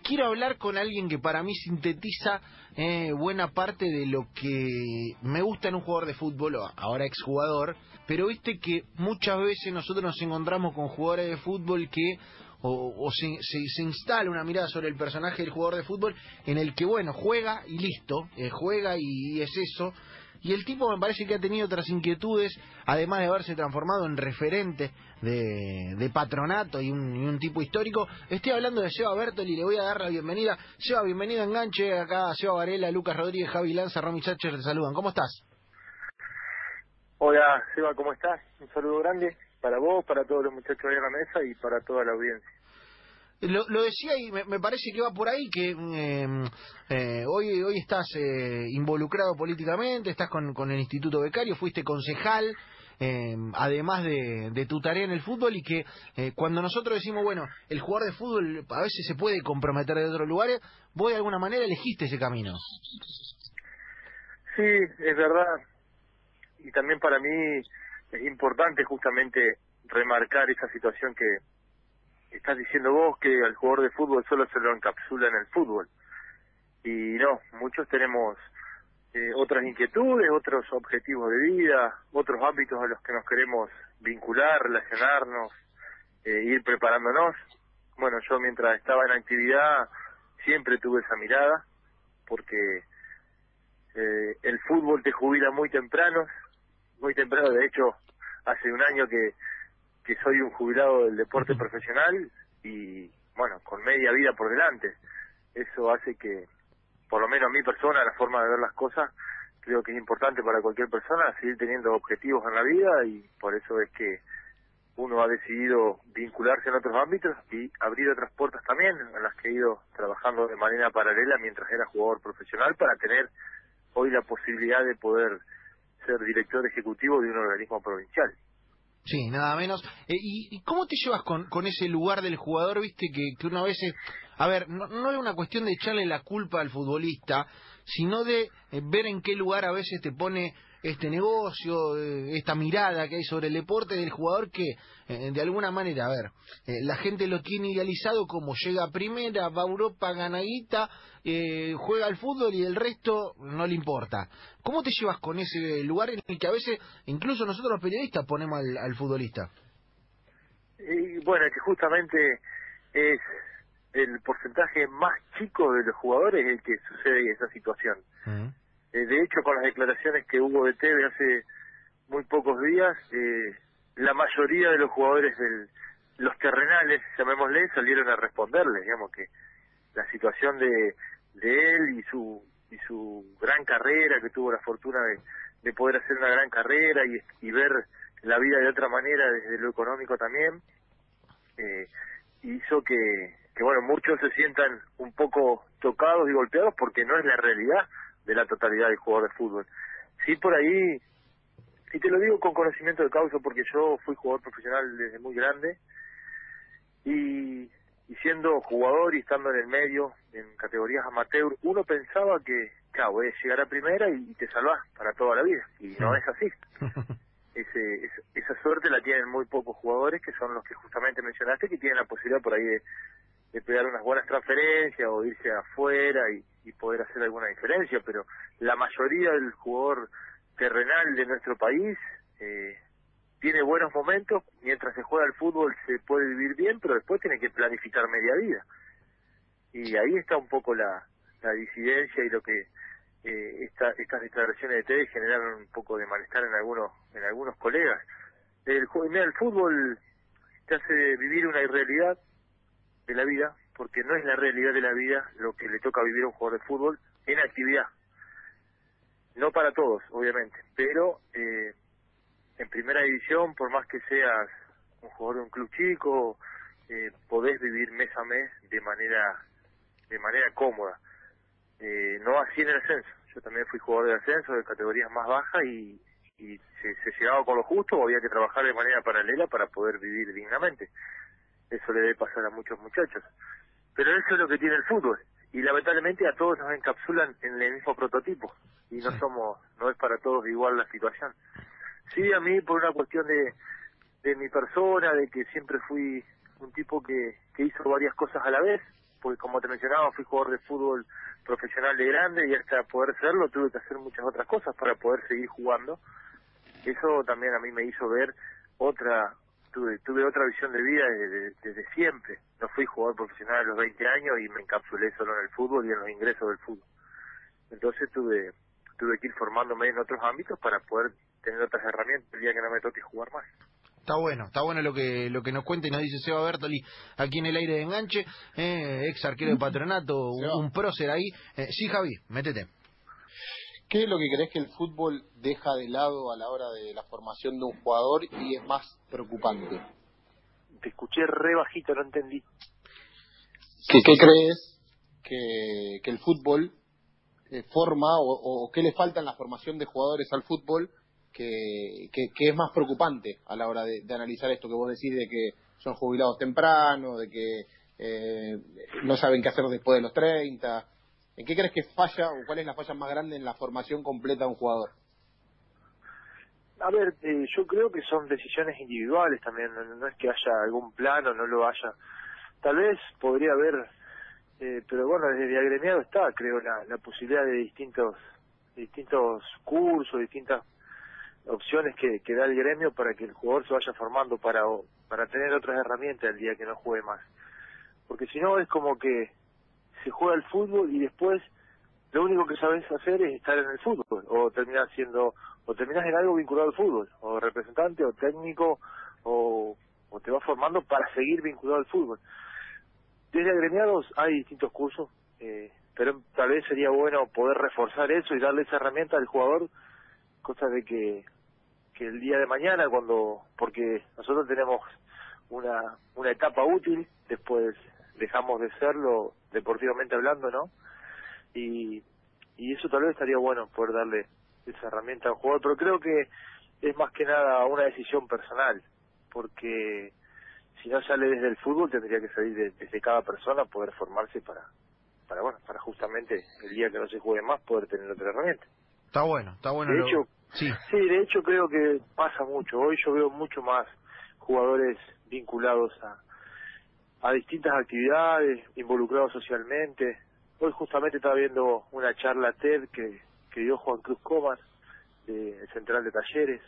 quiero hablar con alguien que para mí sintetiza buena parte de lo que me gusta en un jugador de fútbol, ahora exjugador, pero viste que muchas veces nosotros nos encontramos con jugadores de fútbol que se instala una mirada sobre el personaje del jugador de fútbol en el que, bueno, juega y listo, juega y es eso. Y el tipo me parece que ha tenido otras inquietudes, además de haberse transformado en referente de patronato y un tipo histórico. Estoy hablando de Seba Bertoli y le voy a dar la bienvenida. Seba, bienvenido a Enganche. Acá Seba Varela, Lucas Rodríguez, Javi Lanza, Romy Sacher te saludan. ¿Cómo estás? Hola, Seba, ¿cómo estás? Un saludo grande para vos, para todos los muchachos ahí en la mesa y para toda la audiencia. Lo decía y me parece que va por ahí, que hoy estás involucrado políticamente, estás con el Instituto Becario, fuiste concejal, además de tu tarea en el fútbol, y que cuando nosotros decimos, bueno, el jugador de fútbol a veces se puede comprometer de otros lugares, vos de alguna manera elegiste ese camino. Sí, es verdad, y también para mí es importante justamente remarcar esa situación que estás diciendo vos, que al jugador de fútbol solo se lo encapsula en el fútbol. Y no, muchos tenemos otras inquietudes, otros objetivos de vida, otros ámbitos a los que nos queremos vincular, relacionarnos, ir preparándonos. Bueno, yo mientras estaba en actividad siempre tuve esa mirada, porque el fútbol te jubila muy temprano, de hecho, hace un año que soy un jubilado del deporte profesional y, bueno, con media vida por delante. Eso hace que, por lo menos mi persona, la forma de ver las cosas, creo que es importante para cualquier persona seguir teniendo objetivos en la vida, y por eso es que uno ha decidido vincularse en otros ámbitos y abrir otras puertas también, en las que he ido trabajando de manera paralela mientras era jugador profesional, para tener hoy la posibilidad de poder ser director ejecutivo de un organismo provincial. Sí, nada menos. ¿Y cómo te llevas con ese lugar del jugador? Viste que una vez... A ver, no es una cuestión de echarle la culpa al futbolista, sino de ver en qué lugar a veces te pone este negocio, esta mirada que hay sobre el deporte del jugador que, de alguna manera, a ver, la gente lo tiene idealizado como llega a primera, va a Europa, gana guita, juega al fútbol y el resto no le importa. ¿Cómo te llevas con ese lugar en el que a veces, incluso nosotros los periodistas, ponemos al futbolista? Y bueno, que justamente es el porcentaje más chico de los jugadores el que sucede esa situación. De hecho, con las declaraciones que hubo de Tevez hace muy pocos días, la mayoría de los jugadores los terrenales, llamémosle, salieron a responderle, digamos, que la situación de él y su gran carrera, que tuvo la fortuna de poder hacer una gran carrera y ver la vida de otra manera desde lo económico también, hizo que bueno, muchos se sientan un poco tocados y golpeados, porque no es la realidad de la totalidad del jugador de fútbol. Sí, por ahí, y te lo digo con conocimiento de causa, porque yo fui jugador profesional desde muy grande, y siendo jugador y estando en el medio, en categorías amateur, uno pensaba que, claro, voy a llegar a primera y te salvás para toda la vida, y no es así. Esa suerte la tienen muy pocos jugadores, que son los que justamente mencionaste, que tienen la posibilidad por ahí de pegar unas buenas transferencias o irse afuera y poder hacer alguna diferencia, pero la mayoría del jugador terrenal de nuestro país tiene buenos momentos. Mientras se juega al fútbol se puede vivir bien, pero después tiene que planificar media vida, y ahí está un poco la disidencia, y lo que estas declaraciones de Tevez generaron un poco de malestar en algunos colegas. El fútbol te hace vivir una irrealidad de la vida, porque no es la realidad de la vida lo que le toca vivir a un jugador de fútbol en actividad. No para todos, obviamente, pero en primera división, por más que seas un jugador de un club chico, podés vivir mes a mes de manera cómoda. No así en el ascenso. Yo también fui jugador de ascenso, de categorías más bajas, y se llegaba con lo justo, o había que trabajar de manera paralela para poder vivir dignamente. Eso le debe pasar a muchos muchachos. Pero eso es lo que tiene el fútbol, y lamentablemente a todos nos encapsulan en el mismo prototipo, y no es para todos igual la situación. Sí, a mí, por una cuestión de mi persona, de que siempre fui un tipo que hizo varias cosas a la vez, porque como te mencionaba, fui jugador de fútbol profesional de grande y hasta poder serlo tuve que hacer muchas otras cosas para poder seguir jugando. Eso también a mí me hizo ver tuve otra visión de vida desde siempre. No fui jugador profesional a los 20 años y me encapsulé solo en el fútbol y en los ingresos del fútbol. Entonces tuve que ir formándome en otros ámbitos para poder tener otras herramientas el día que no me toque jugar más. Está bueno lo que nos cuenta y nos dice Seba Bertoli aquí en el aire de enganche, ex arquero de Patronato, un prócer ahí. Sí, Javi, métete. ¿Qué es lo que crees que el fútbol deja de lado a la hora de la formación de un jugador y es más preocupante? Te escuché re bajito, no entendí. ¿Qué crees que el fútbol forma o qué le falta en la formación de jugadores al fútbol que es más preocupante a la hora de analizar esto que vos decís de que son jubilados temprano, de que no saben qué hacer después de los 30? ¿En qué crees que falla o cuál es la falla más grande en la formación completa de un jugador? A ver, yo creo que son decisiones individuales también, no es que haya algún plan o no lo haya. Tal vez podría haber, pero bueno, desde agremiado está, creo, la posibilidad de distintos cursos, distintas opciones que da el gremio para que el jugador se vaya formando para tener otras herramientas el día que no juegue más. Porque si no es como que se juega el fútbol y después lo único que sabes hacer es estar en el fútbol, o terminás en algo vinculado al fútbol, o representante, o técnico, o te vas formando para seguir vinculado al fútbol. Desde agremiados hay distintos cursos, pero tal vez sería bueno poder reforzar eso y darle esa herramienta al jugador, cosa de que el día de mañana, porque nosotros tenemos una etapa útil, después dejamos de serlo deportivamente hablando, ¿no? Y eso tal vez estaría bueno poder darle esa herramienta al jugador, pero creo que es más que nada una decisión personal, porque si no sale desde el fútbol tendría que salir desde cada persona, poder formarse para justamente el día que no se juegue más poder tener otra herramienta. Está bueno. De hecho, sí, de hecho creo que pasa mucho. Hoy yo veo mucho más jugadores vinculados a distintas actividades, involucrados socialmente. Hoy justamente estaba viendo una charla TED que dio Juan Cruz Comas, el central de Talleres.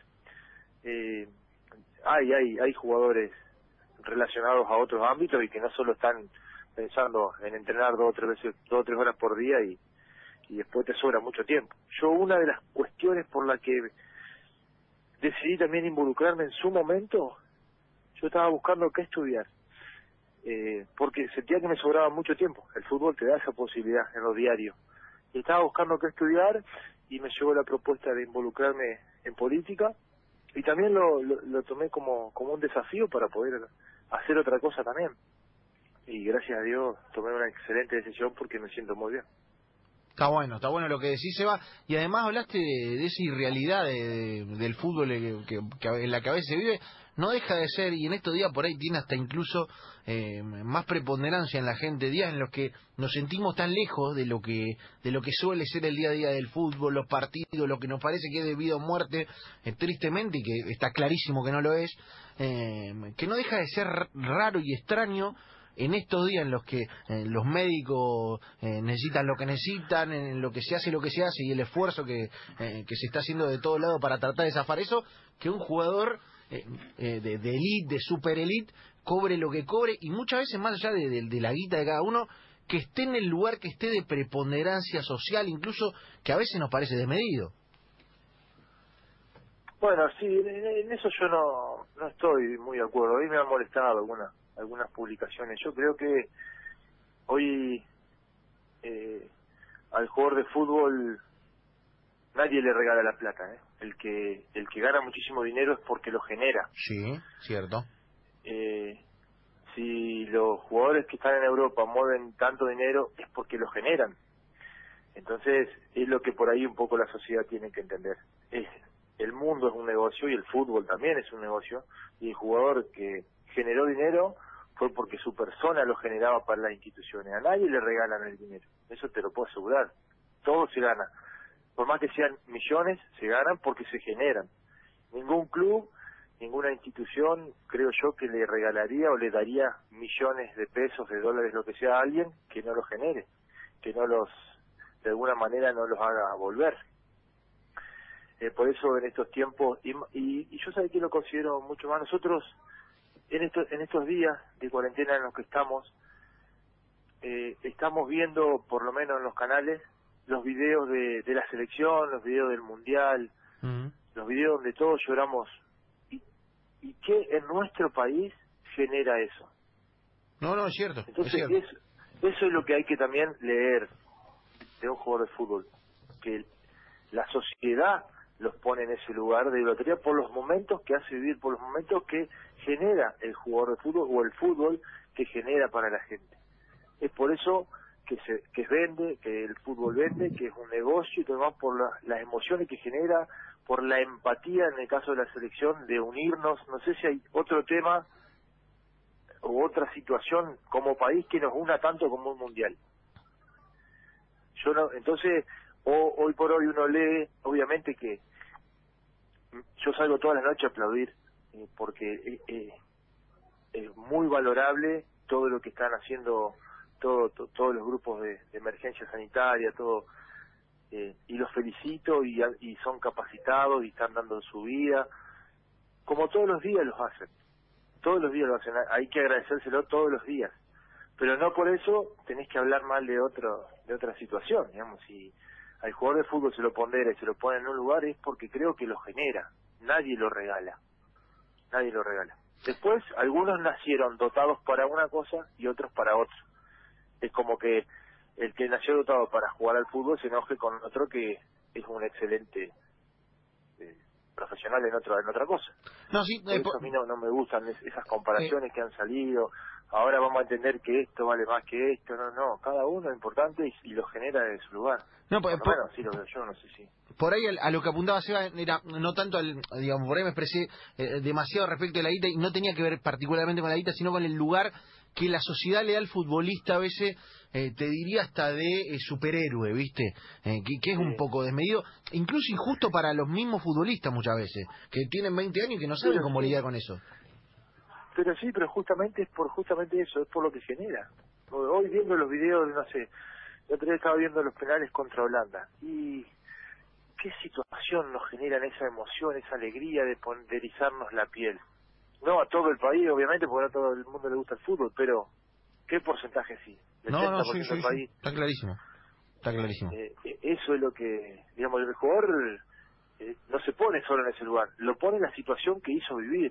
Hay jugadores relacionados a otros ámbitos y que no solo están pensando en entrenar 2 o 3 horas por día y después te sobra mucho tiempo. Yo una de las cuestiones por la que decidí también involucrarme en su momento, yo estaba buscando qué estudiar, porque sentía que me sobraba mucho tiempo. El fútbol te da esa posibilidad en los diarios. Y estaba buscando qué estudiar y me llegó la propuesta de involucrarme en política y también lo tomé como un desafío para poder hacer otra cosa también. Y gracias a Dios tomé una excelente decisión porque me siento muy bien. Está bueno lo que decís, Seba, y además hablaste de esa irrealidad del fútbol que en la que a veces se vive. No deja de ser, y en estos días por ahí tiene hasta incluso más preponderancia en la gente, días en los que nos sentimos tan lejos de lo que suele ser el día a día del fútbol, los partidos, lo que nos parece que es debido a muerte, tristemente, y que está clarísimo que no lo es, que no deja de ser raro y extraño en estos días en los que los médicos necesitan lo que necesitan, en lo que se hace y el esfuerzo que se está haciendo de todo lado para tratar de zafar eso, que un jugador de elite, de super elite, cobre lo que cobre, y muchas veces más allá de la guita de cada uno, que esté en el lugar que esté de preponderancia social, incluso que a veces nos parece desmedido. Bueno, sí, en eso yo no estoy muy de acuerdo. A mí me han molestado algunas publicaciones. Yo creo que hoy al jugador de fútbol nadie le regala la plata, ¿eh? El que gana muchísimo dinero es porque lo genera. Sí, cierto. Si los jugadores que están en Europa mueven tanto dinero es porque lo generan. Entonces es lo que por ahí un poco la sociedad tiene que entender. El mundo es un negocio y el fútbol también es un negocio, y el jugador que generó dinero fue porque su persona lo generaba para las instituciones. A nadie le regalan el dinero, eso te lo puedo asegurar. Todo se gana. Por más que sean millones, se ganan porque se generan. Ningún club ninguna institución, creo yo, que le regalaría o le daría millones de pesos, de dólares, lo que sea, a alguien que no los genere, que no los, de alguna manera no los haga volver. Por eso en estos tiempos, y yo sé que lo considero mucho más, nosotros en estos días de cuarentena en los que estamos viendo, por lo menos en los canales, los videos de la selección, los videos del Mundial, los videos donde todos lloramos, y qué en nuestro país genera eso. No, es cierto. Entonces es cierto. Eso es lo que hay que también leer de un jugador de fútbol, que la sociedad los pone en ese lugar de idolatría por los momentos que hace vivir, por los momentos que genera el jugador de fútbol o el fútbol que genera para la gente. Es por eso que vende, que el fútbol vende, que es un negocio, y todo por las emociones que genera, por la empatía en el caso de la selección, de unirnos. No sé si hay otro tema o otra situación como país que nos una tanto como un mundial. Entonces, hoy por hoy uno lee, obviamente que yo salgo todas las noches a aplaudir, porque es muy valorable todo lo que están haciendo todos los grupos de emergencia sanitaria, y los felicito, y son capacitados y están dando su vida, como todos los días los hacen, hay que agradecérselo todos los días, pero no por eso tenés que hablar mal de otra situación. Digamos, si al jugador de fútbol se lo pondera y se lo pone en un lugar, es porque creo que lo genera, nadie lo regala. Después, algunos nacieron dotados para una cosa y otros para otra. Es como que el que nació dotado para jugar al fútbol se enoje con otro que es un excelente profesional en otra cosa. No, sí, por eso a mí no me gustan esas comparaciones que han salido. Ahora vamos a entender que esto vale más que esto. No, cada uno es importante y lo genera de su lugar. No, bueno, sí lo veo yo, no sé si. Por ahí a lo que apuntaba Seba era no tanto digamos, por ahí me expresé demasiado respecto de la guita, y no tenía que ver particularmente con la guita, sino con el lugar que la sociedad le da al futbolista, a veces te diría hasta de superhéroe, ¿viste? Que es un poco desmedido, incluso injusto para los mismos futbolistas muchas veces, que tienen 20 años y que no saben cómo lidiar con eso. Pero justamente es por eso, es por lo que genera. Hoy viendo los videos, no sé, el otro día estaba viendo los penales contra Holanda, y qué situación nos generan esa emoción, esa alegría de erizarnos la piel. No a todo el país, obviamente, porque no a todo el mundo le gusta el fútbol, pero ¿qué porcentaje sí? El 80% del país. Está clarísimo. Eso es lo que, digamos, el jugador no se pone solo en ese lugar, lo pone en la situación que hizo vivir.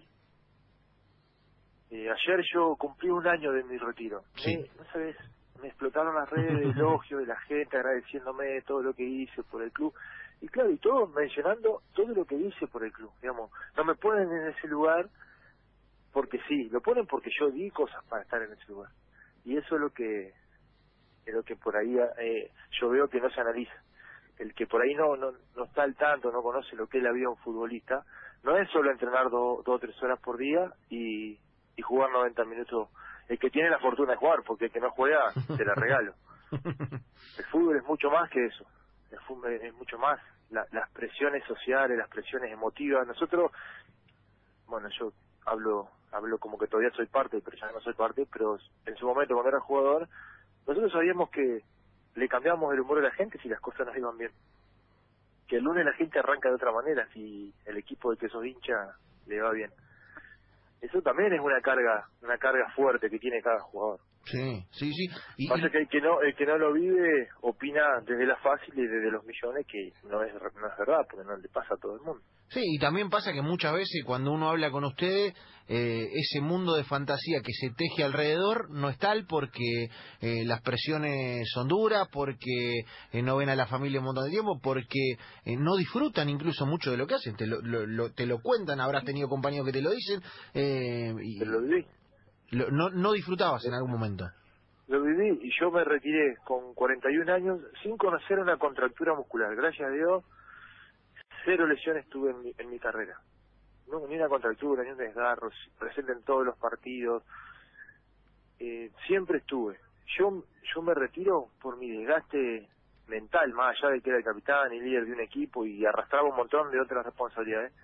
Ayer yo cumplí 1 año de mi retiro. No sabes, me explotaron las redes de elogio de la gente agradeciéndome todo lo que hice por el club. Y claro, y todos mencionando todo lo que hice por el club. Digamos, no me ponen en ese lugar porque sí, lo ponen porque yo di cosas para estar en ese lugar. Y eso es lo que por ahí yo veo que no se analiza. El que por ahí no está al tanto, no conoce lo que es la vida de un futbolista, no es solo entrenar 2 o 3 horas por día y jugar 90 minutos. El que tiene la fortuna de jugar, porque el que no juega, te la regalo. El fútbol es mucho más que eso. El fútbol es mucho más. Las presiones sociales, las presiones emotivas. Nosotros, bueno, yo hablo como que todavía soy parte, pero ya no soy parte, pero en su momento cuando era jugador, nosotros sabíamos que le cambiábamos el humor a la gente si las cosas nos iban bien. Que el lunes la gente arranca de otra manera si el equipo del que sos hincha le va bien. Eso también es una carga fuerte que tiene cada jugador. Sí. Pasa que el que no lo vive opina desde la fácil y desde los millones, que no es verdad, porque no le pasa a todo el mundo. Sí, y también pasa que muchas veces cuando uno habla con ustedes, ese mundo de fantasía que se teje alrededor no es tal, porque las presiones son duras, porque no ven a la familia un montón de tiempo, porque no disfrutan incluso mucho de lo que hacen. Te lo cuentan, habrás tenido compañeros que te lo dicen. Pero lo viví. No disfrutabas en algún momento. Lo viví y yo me retiré con 41 años sin conocer una contractura muscular. Gracias a Dios, 0 lesiones tuve en mi carrera. No, ni una contractura, ni un desgarro, presente en todos los partidos. Siempre estuve. Yo me retiro por mi desgaste mental, más allá de que era el capitán y líder de un equipo y arrastraba un montón de otras responsabilidades.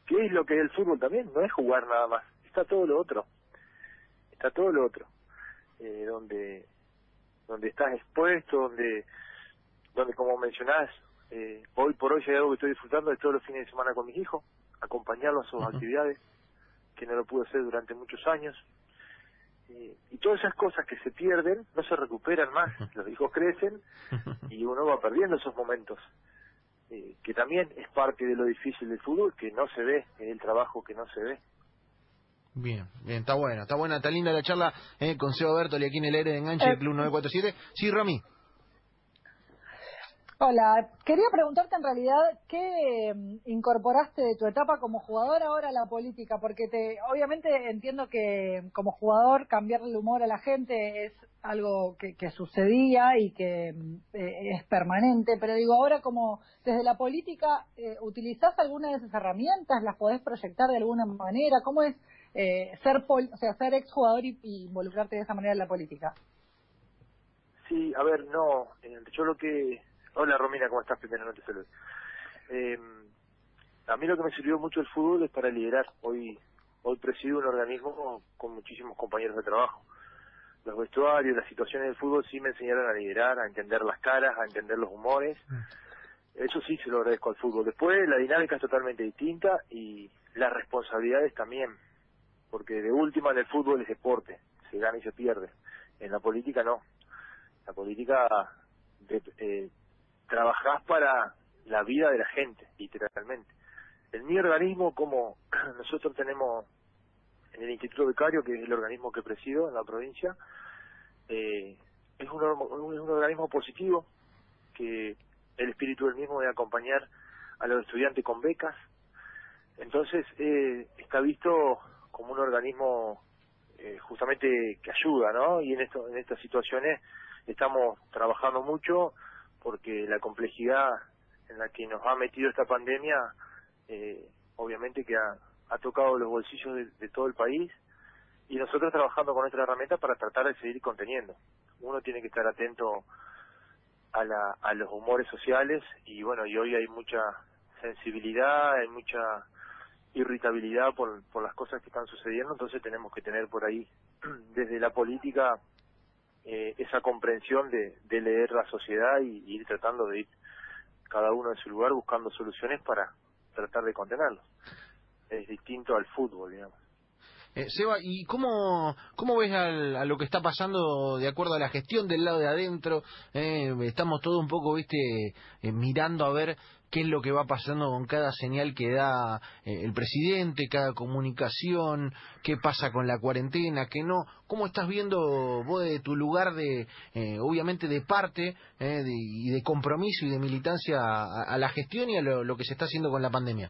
¿Qué es lo que es el fútbol también? No es jugar nada más, está todo lo otro, donde estás expuesto, donde como mencionás, hoy por hoy hay algo que estoy disfrutando de todos los fines de semana con mis hijos, acompañarlos a sus actividades, que no lo pude hacer durante muchos años, y todas esas cosas que se pierden no se recuperan más, los hijos crecen y uno va perdiendo esos momentos, que también es parte de lo difícil del fútbol, que no se ve, es el trabajo que no se ve. Bien, está buena, está linda la charla con Seba Bertoli aquí en el aire de Enganche del Club 947. Sí, Rami. Hola, quería preguntarte en realidad qué incorporaste de tu etapa como jugador ahora a la política, porque obviamente entiendo que como jugador cambiarle el humor a la gente es algo que sucedía y que es permanente, pero digo, ahora como desde la política, ¿utilizás alguna de esas herramientas? ¿Las podés proyectar de alguna manera? ¿Cómo es ser exjugador y involucrarte de esa manera en la política? Sí, a ver, no, yo lo que... Hola Romina, ¿cómo estás? Primero no te saludo. A mí lo que me sirvió mucho el fútbol es para liderar. Hoy presido un organismo con muchísimos compañeros de trabajo. Los vestuarios, las situaciones del fútbol sí me enseñaron a liderar, a entender las caras, a entender los humores. Eso sí se lo agradezco al fútbol. Después la dinámica es totalmente distinta y las responsabilidades también. Porque de última en el fútbol es deporte, se gana y se pierde. En la política no. La política... trabajás para la vida de la gente, literalmente. En mi organismo, como nosotros tenemos en el Instituto Becario, que es el organismo que presido en la provincia, es un organismo positivo, que el espíritu del mismo es acompañar a los estudiantes con becas. Entonces, está visto como un organismo justamente que ayuda, ¿no? Y en estas situaciones estamos trabajando mucho, porque la complejidad en la que nos ha metido esta pandemia, obviamente que ha tocado los bolsillos de todo el país, y nosotros trabajando con nuestra herramienta para tratar de seguir conteniendo. Uno tiene que estar atento a los humores sociales, y bueno, y hoy hay mucha sensibilidad, hay mucha irritabilidad por las cosas que están sucediendo, entonces tenemos que tener por ahí, desde la política, esa comprensión de leer la sociedad y ir tratando de ir cada uno en su lugar buscando soluciones para tratar de contenerlos. Es distinto al fútbol, digamos. Seba, ¿y cómo ves a lo que está pasando de acuerdo a la gestión del lado de adentro? Estamos todos un poco, mirando a ver qué es lo que va pasando con cada señal que da el presidente, cada comunicación, qué pasa con la cuarentena, qué no. ¿Cómo estás viendo vos de tu lugar obviamente de parte y de compromiso y de militancia a la gestión y a lo que se está haciendo con la pandemia?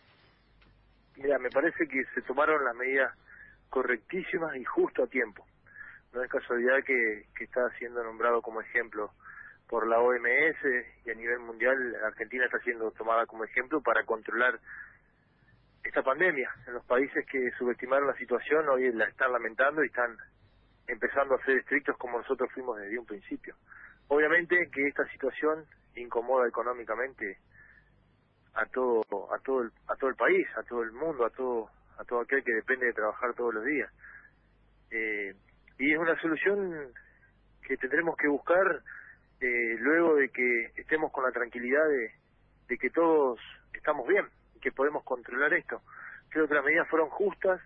Mira, me parece que se tomaron las medidas correctísimas y justo a tiempo. No es casualidad que está siendo nombrado como ejemplo por la OMS, y a nivel mundial Argentina está siendo tomada como ejemplo para controlar esta pandemia. En los países que subestimaron la situación hoy la están lamentando y están empezando a ser estrictos como nosotros fuimos desde un principio. Obviamente que esta situación incomoda económicamente a todo el país, a todo el mundo, a todo aquel que depende de trabajar todos los días. Y es una solución que tendremos que buscar luego de que estemos con la tranquilidad de que todos estamos bien y que podemos controlar esto. Creo que las medidas fueron justas,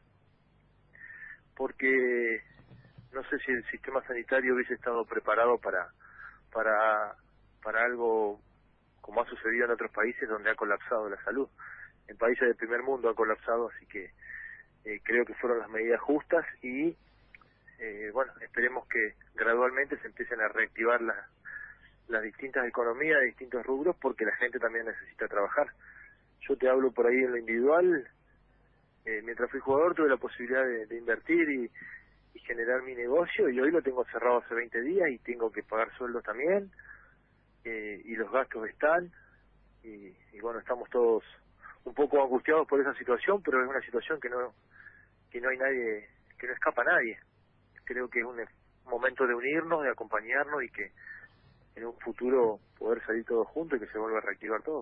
porque no sé si el sistema sanitario hubiese estado preparado para algo como ha sucedido en otros países donde ha colapsado la salud. En países del primer mundo ha colapsado, así que creo que fueron las medidas justas y bueno, esperemos que gradualmente se empiecen a reactivar las distintas economías de distintos rubros, porque la gente también necesita trabajar. Yo te hablo por ahí en lo individual. Mientras fui jugador tuve la posibilidad de invertir y generar mi negocio, y hoy lo tengo cerrado hace 20 días y tengo que pagar sueldos también, y los gastos están, y bueno, estamos todos un poco angustiados por esa situación, pero es una situación que no hay nadie, que no escapa a nadie. Creo que es un momento de unirnos, de acompañarnos, y que en un futuro poder salir todos juntos y que se vuelva a reactivar todo.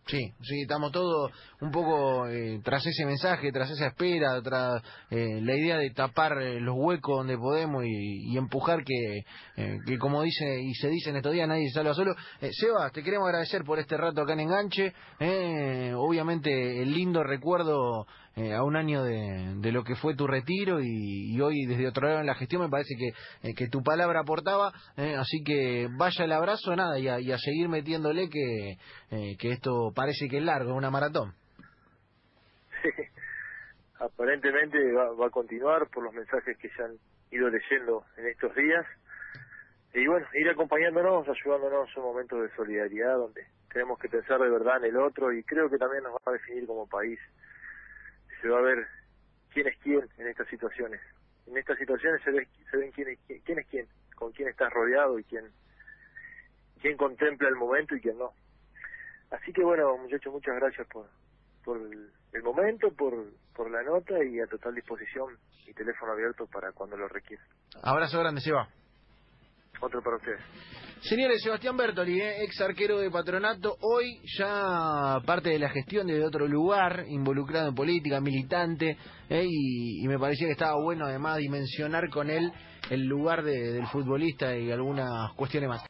Sí, sí, estamos todos un poco tras ese mensaje, tras esa espera, tras la idea de tapar los huecos donde podemos y empujar que como dice y se dice en estos días, nadie se salva solo. Sebas, te queremos agradecer por este rato acá en Enganche. Obviamente el lindo recuerdo a un año de lo que fue tu retiro y hoy desde otro lado en la gestión me parece que tu palabra aportaba, así que vaya el abrazo, nada, y a seguir metiéndole que esto parece que es largo, es una maratón. Sí, aparentemente va a continuar por los mensajes que ya han ido leyendo en estos días. Y bueno, ir acompañándonos, ayudándonos en momentos de solidaridad donde tenemos que pensar de verdad en el otro, y creo que también nos va a definir como país. Se va a ver quién es quién en estas situaciones. En estas situaciones se ven quién es quién, con quién estás rodeado y quién contempla el momento y quién no. Así que bueno, muchachos, muchas gracias por el momento, por la nota, y a total disposición y teléfono abierto para cuando lo requieran. Abrazo grande, Seba. Otro para ustedes. Señores, Sebastián Bertoli, ex arquero de Patronato, hoy ya parte de la gestión desde otro lugar, involucrado en política, militante, y me parecía que estaba bueno además dimensionar con él el lugar del futbolista y algunas cuestiones más.